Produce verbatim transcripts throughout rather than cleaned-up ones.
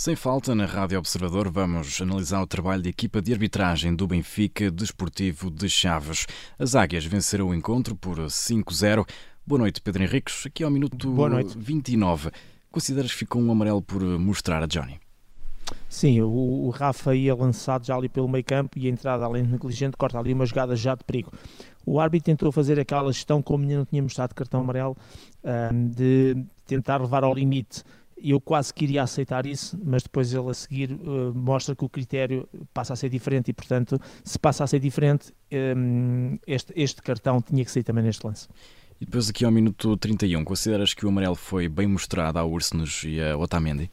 Sem falta, na Rádio Observador vamos analisar o trabalho da equipa de arbitragem do Benfica Desportivo de Chaves. As Águias venceram o encontro por cinco a zero. Boa noite, Pedro Henriques. Aqui ao minuto vinte e nove. Consideras que ficou um amarelo por mostrar a Johnny? Sim, o, o Rafa ia lançado já ali pelo meio campo e a entrada, além de negligente, corta ali uma jogada já de perigo. O árbitro tentou fazer aquela gestão, como ainda não tinha mostrado cartão amarelo, um, de tentar levar ao limite. Eu quase queria aceitar isso, mas depois ele a seguir uh, mostra que o critério passa a ser diferente e, portanto, se passa a ser diferente, um, este, este cartão tinha que sair também neste lance. E depois aqui ao minuto trinta e um, consideras que o amarelo foi bem mostrado ao Ursenos e a Otamendi?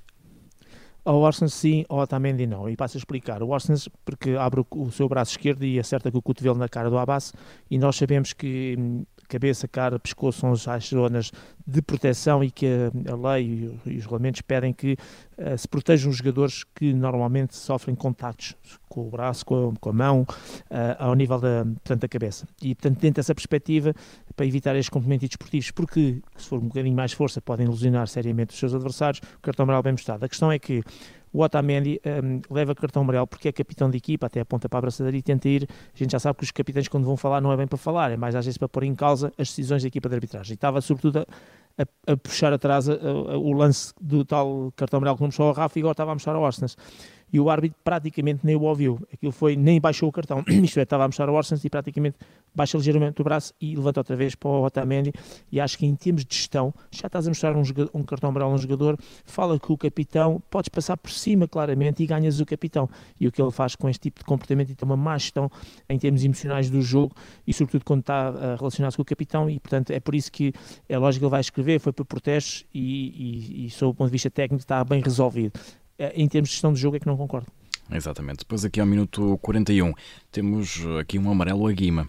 Ao Orsens sim, ao Otamendi não. E passo a explicar. O Orsens porque abre o, o seu braço esquerdo e acerta com o cotovelo na cara do Abbas, e nós sabemos que hum, cabeça, cara, pescoço são as zonas de proteção e que a, a lei e os regulamentos pedem que uh, se protejam os jogadores que normalmente sofrem contactos com o braço, com a, com a mão, uh, ao nível da, portanto, da cabeça. E, portanto, dentro dessa perspectiva, para evitar estes comprometimos desportivos, porque se for um bocadinho mais força podem lesionar seriamente os seus adversários, o cartão amarelo bem mostrado. A questão é que o Otamendi um, leva cartão amarelo porque é capitão de equipa, até aponta para a abraçadeira e tenta ir. A gente já sabe que os capitães, quando vão falar, não é bem para falar, é mais às vezes para pôr em causa as decisões da equipa de arbitragem. E estava sobretudo a, a, a puxar atrás a, a, o lance do tal cartão amarelo que não mostrou ao Rafa e agora estava a mostrar ao Orsens. E o árbitro praticamente nem o ouviu. Aquilo foi, nem baixou o cartão. Isto é, estava a mostrar ao Orsens e praticamente baixa ligeiramente o braço e levanta outra vez para o Otamendi. E acho que em termos de gestão, já estás a mostrar um, jogador, um cartão amarelo a um jogador, fala que o capitão, podes passar por cima claramente e ganhas o capitão. E o que ele faz com este tipo de comportamento e tem uma má gestão em termos emocionais do jogo e sobretudo quando está a relacionar-se com o capitão, e portanto é por isso que é lógico que ele vai escrever, foi por protestos e, e, e sob o ponto de vista técnico está bem resolvido. Em termos de gestão de jogo é que não concordo. Exatamente. Depois aqui ao minuto quarenta e um temos aqui um amarelo a Guima.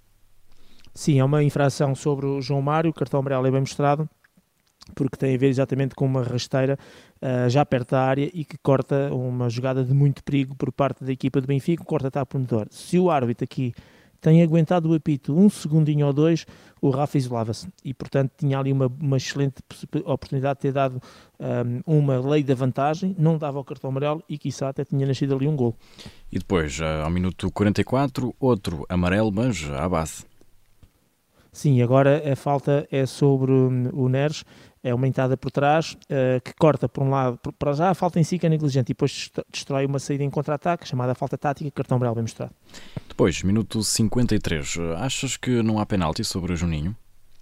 Sim, é uma infração sobre o João Mário, o cartão amarelo é bem mostrado, porque tem a ver exatamente com uma rasteira uh, já perto da área e que corta uma jogada de muito perigo por parte da equipa do Benfica, corta-te por motor. Se o árbitro aqui tem aguentado o apito um segundinho ou dois, o Rafa isolava-se e, portanto, tinha ali uma, uma excelente oportunidade de ter dado um, uma lei da vantagem, não dava o cartão amarelo e, quiçá, até tinha nascido ali um gol. E depois, ao minuto quarenta e quatro, outro amarelo, mas à base. Sim, agora a falta é sobre o Neres, é uma entrada por trás, uh, que corta por um lado, para já a falta em si que é negligente e depois destrói uma saída em contra-ataque, chamada falta tática, cartão amarelo bem mostrado. Depois, minuto cinquenta e três, achas que não há penalti sobre o Juninho?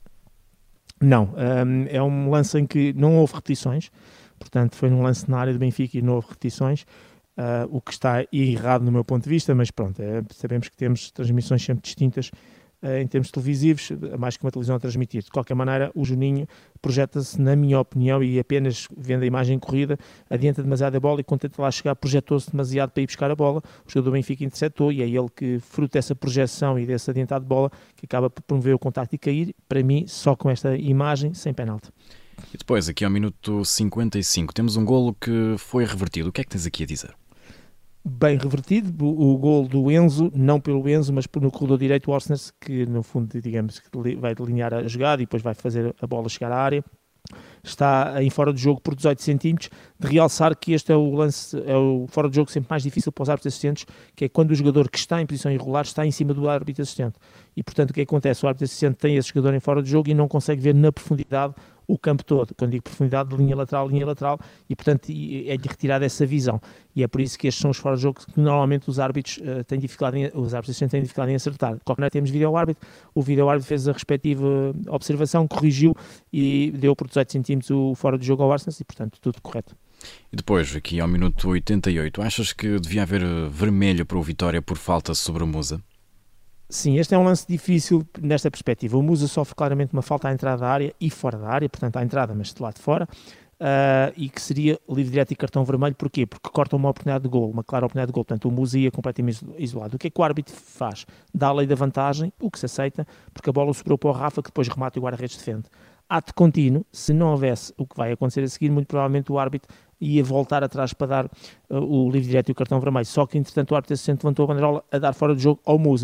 Não, um, é um lance em que não houve repetições, portanto foi um lance na área do Benfica e não houve repetições, uh, o que está errado no meu ponto de vista, mas pronto, é, sabemos que temos transmissões sempre distintas em termos televisivos, mais que uma televisão a transmitir. De qualquer maneira, o Juninho projeta-se, na minha opinião, e apenas vendo a imagem corrida, adianta demasiado a bola e quando tenta lá chegar, projetou-se demasiado para ir buscar a bola. O jogador do Benfica interceptou e é ele que, fruto dessa projeção e desse adiantado de bola, que acaba por promover o contacto e cair. Para mim, só com esta imagem, sem penalti. E depois, aqui ao minuto cinquenta e cinco, temos um golo que foi revertido. O que é que tens aqui a dizer? Bem revertido, o, o gol do Enzo, não pelo Enzo, mas no corredor direito, o Orsnes, que no fundo, digamos, vai delinear a jogada e depois vai fazer a bola chegar à área, está em fora de jogo por dezoito centímetros, de realçar que este é o lance, é o fora de jogo sempre mais difícil para os árbitros assistentes, que é quando o jogador que está em posição irregular está em cima do árbitro assistente. E, portanto, o que acontece? O árbitro assistente tem esse jogador em fora de jogo e não consegue ver na profundidade o campo todo. Quando digo profundidade, de linha lateral, linha lateral, e, portanto, é-lhe retirada essa visão. E é por isso que estes são os fora de jogo que normalmente os árbitros uh, têm dificuldade em, os árbitros assistentes têm dificuldade em acertar. De qualquer maneira, temos vídeo ao árbitro, o vídeo ao árbitro fez a respectiva observação, corrigiu e deu por dezoito centímetros o fora de jogo ao Orsnes e, portanto, tudo correto. E depois, aqui ao minuto oitenta e oito, achas que devia haver vermelho para o Vitória por falta sobre o Musa? Sim, este é um lance difícil nesta perspectiva. O Musa sofre claramente uma falta à entrada da área e fora da área, portanto à entrada, mas de lado de fora, uh, e que seria livre direto e cartão vermelho. Porquê? Porque corta uma oportunidade de gol, uma clara oportunidade de gol. Portanto, o Musa ia completamente isolado. O que é que o árbitro faz? Dá a lei da vantagem, o que se aceita, porque a bola sobrou para o Rafa, que depois remata e o guarda-redes defende. Ato contínuo, se não houvesse o que vai acontecer a seguir, muito provavelmente o árbitro ia voltar atrás para dar uh, o livre direto e o cartão vermelho. Só que, entretanto, o árbitro assistente levantou a bandeirola a dar fora de jogo ao Musa.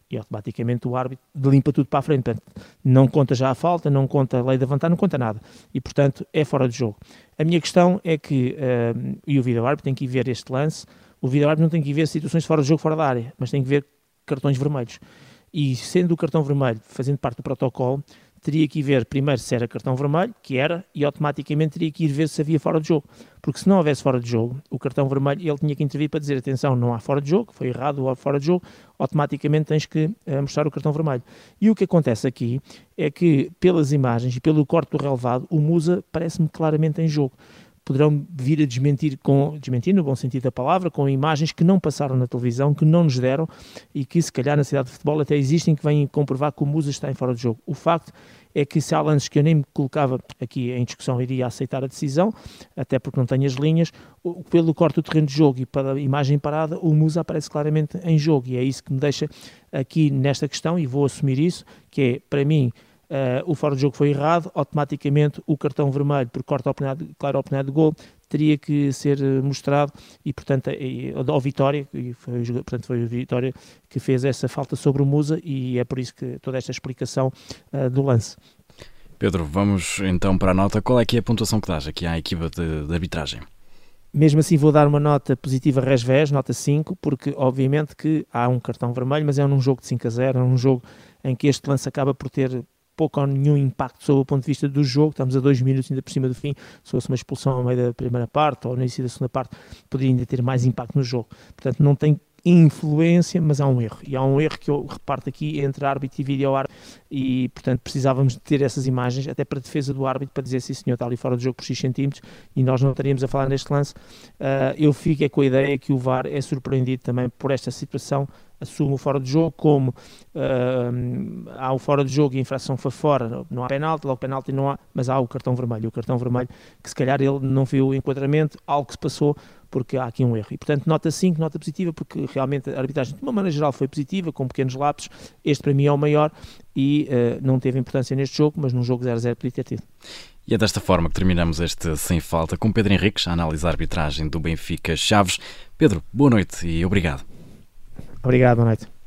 e automaticamente o árbitro limpa tudo para a frente. Portanto, não conta já a falta, não conta a lei da vantagem, não conta nada. E, portanto, é fora de jogo. A minha questão é que, uh, e o vídeo-árbitro tem que ir ver este lance, o vídeo-árbitro não tem que ir ver situações fora de jogo, fora da área, mas tem que ver cartões vermelhos. E sendo o cartão vermelho, fazendo parte do protocolo, teria que ir ver primeiro se era cartão vermelho, que era, e automaticamente teria que ir ver se havia fora de jogo. Porque se não houvesse fora de jogo, o cartão vermelho, ele tinha que intervir para dizer, atenção, não há fora de jogo, foi errado o fora de jogo, automaticamente tens que uh, mostrar o cartão vermelho. E o que acontece aqui é que, pelas imagens e pelo corte do relevado, o Musa parece-me claramente em jogo. Poderão vir a desmentir, com, desmentir no bom sentido da palavra, com imagens que não passaram na televisão, que não nos deram e que se calhar na cidade de futebol até existem, que vêm comprovar que o Musa está em fora de jogo. O facto é que se há lances que eu nem me colocava aqui em discussão, iria aceitar a decisão, até porque não tenho as linhas, pelo corte do terreno de jogo e para a imagem parada, o Musa aparece claramente em jogo, e é isso que me deixa aqui nesta questão, e vou assumir isso, que é, para mim, Uh, o fora de jogo foi errado, automaticamente o cartão vermelho, por corte oportunidade, claro, oportunidade de gol, teria que ser mostrado e, portanto, ao Vitória, e foi, portanto, foi o Vitória que fez essa falta sobre o Musa e é por isso que toda esta explicação uh, do lance. Pedro, vamos então para a nota. Qual é que é a pontuação que dás aqui à equipa de, de arbitragem? Mesmo assim vou dar uma nota positiva res-ves, nota cinco, porque obviamente que há um cartão vermelho, mas é num jogo de cinco a zero, é num jogo em que este lance acaba por ter pouco ou nenhum impacto sobre o ponto de vista do jogo. Estamos a dois minutos ainda por cima do fim. Se fosse uma expulsão ao meio da primeira parte ou no início da segunda parte, poderia ainda ter mais impacto no jogo. Portanto, não tem influência, mas há um erro. E há um erro que eu reparto aqui entre árbitro e vídeo-árbitro e, portanto, precisávamos de ter essas imagens até para a defesa do árbitro, para dizer, sim senhor, está ali fora do jogo por X centímetros e nós não estaríamos a falar neste lance. Uh, eu fico é com a ideia que o V A R é surpreendido também por esta situação, assume o fora de jogo, como uh, há o fora de jogo e a infração foi fora, não há penalti, logo penalti não há, mas há o cartão vermelho, o cartão vermelho que se calhar ele não viu o enquadramento, algo que se passou, porque há aqui um erro. E portanto nota cinco, nota positiva, porque realmente a arbitragem de uma maneira geral foi positiva, com pequenos lapsos, este para mim é o maior e uh, não teve importância neste jogo, mas num jogo zero a zero podia ter tido. E é desta forma que terminamos este Sem Falta com Pedro Henriques, a análise da arbitragem do Benfica Chaves. Pedro, boa noite e obrigado. Obrigado, boa noite.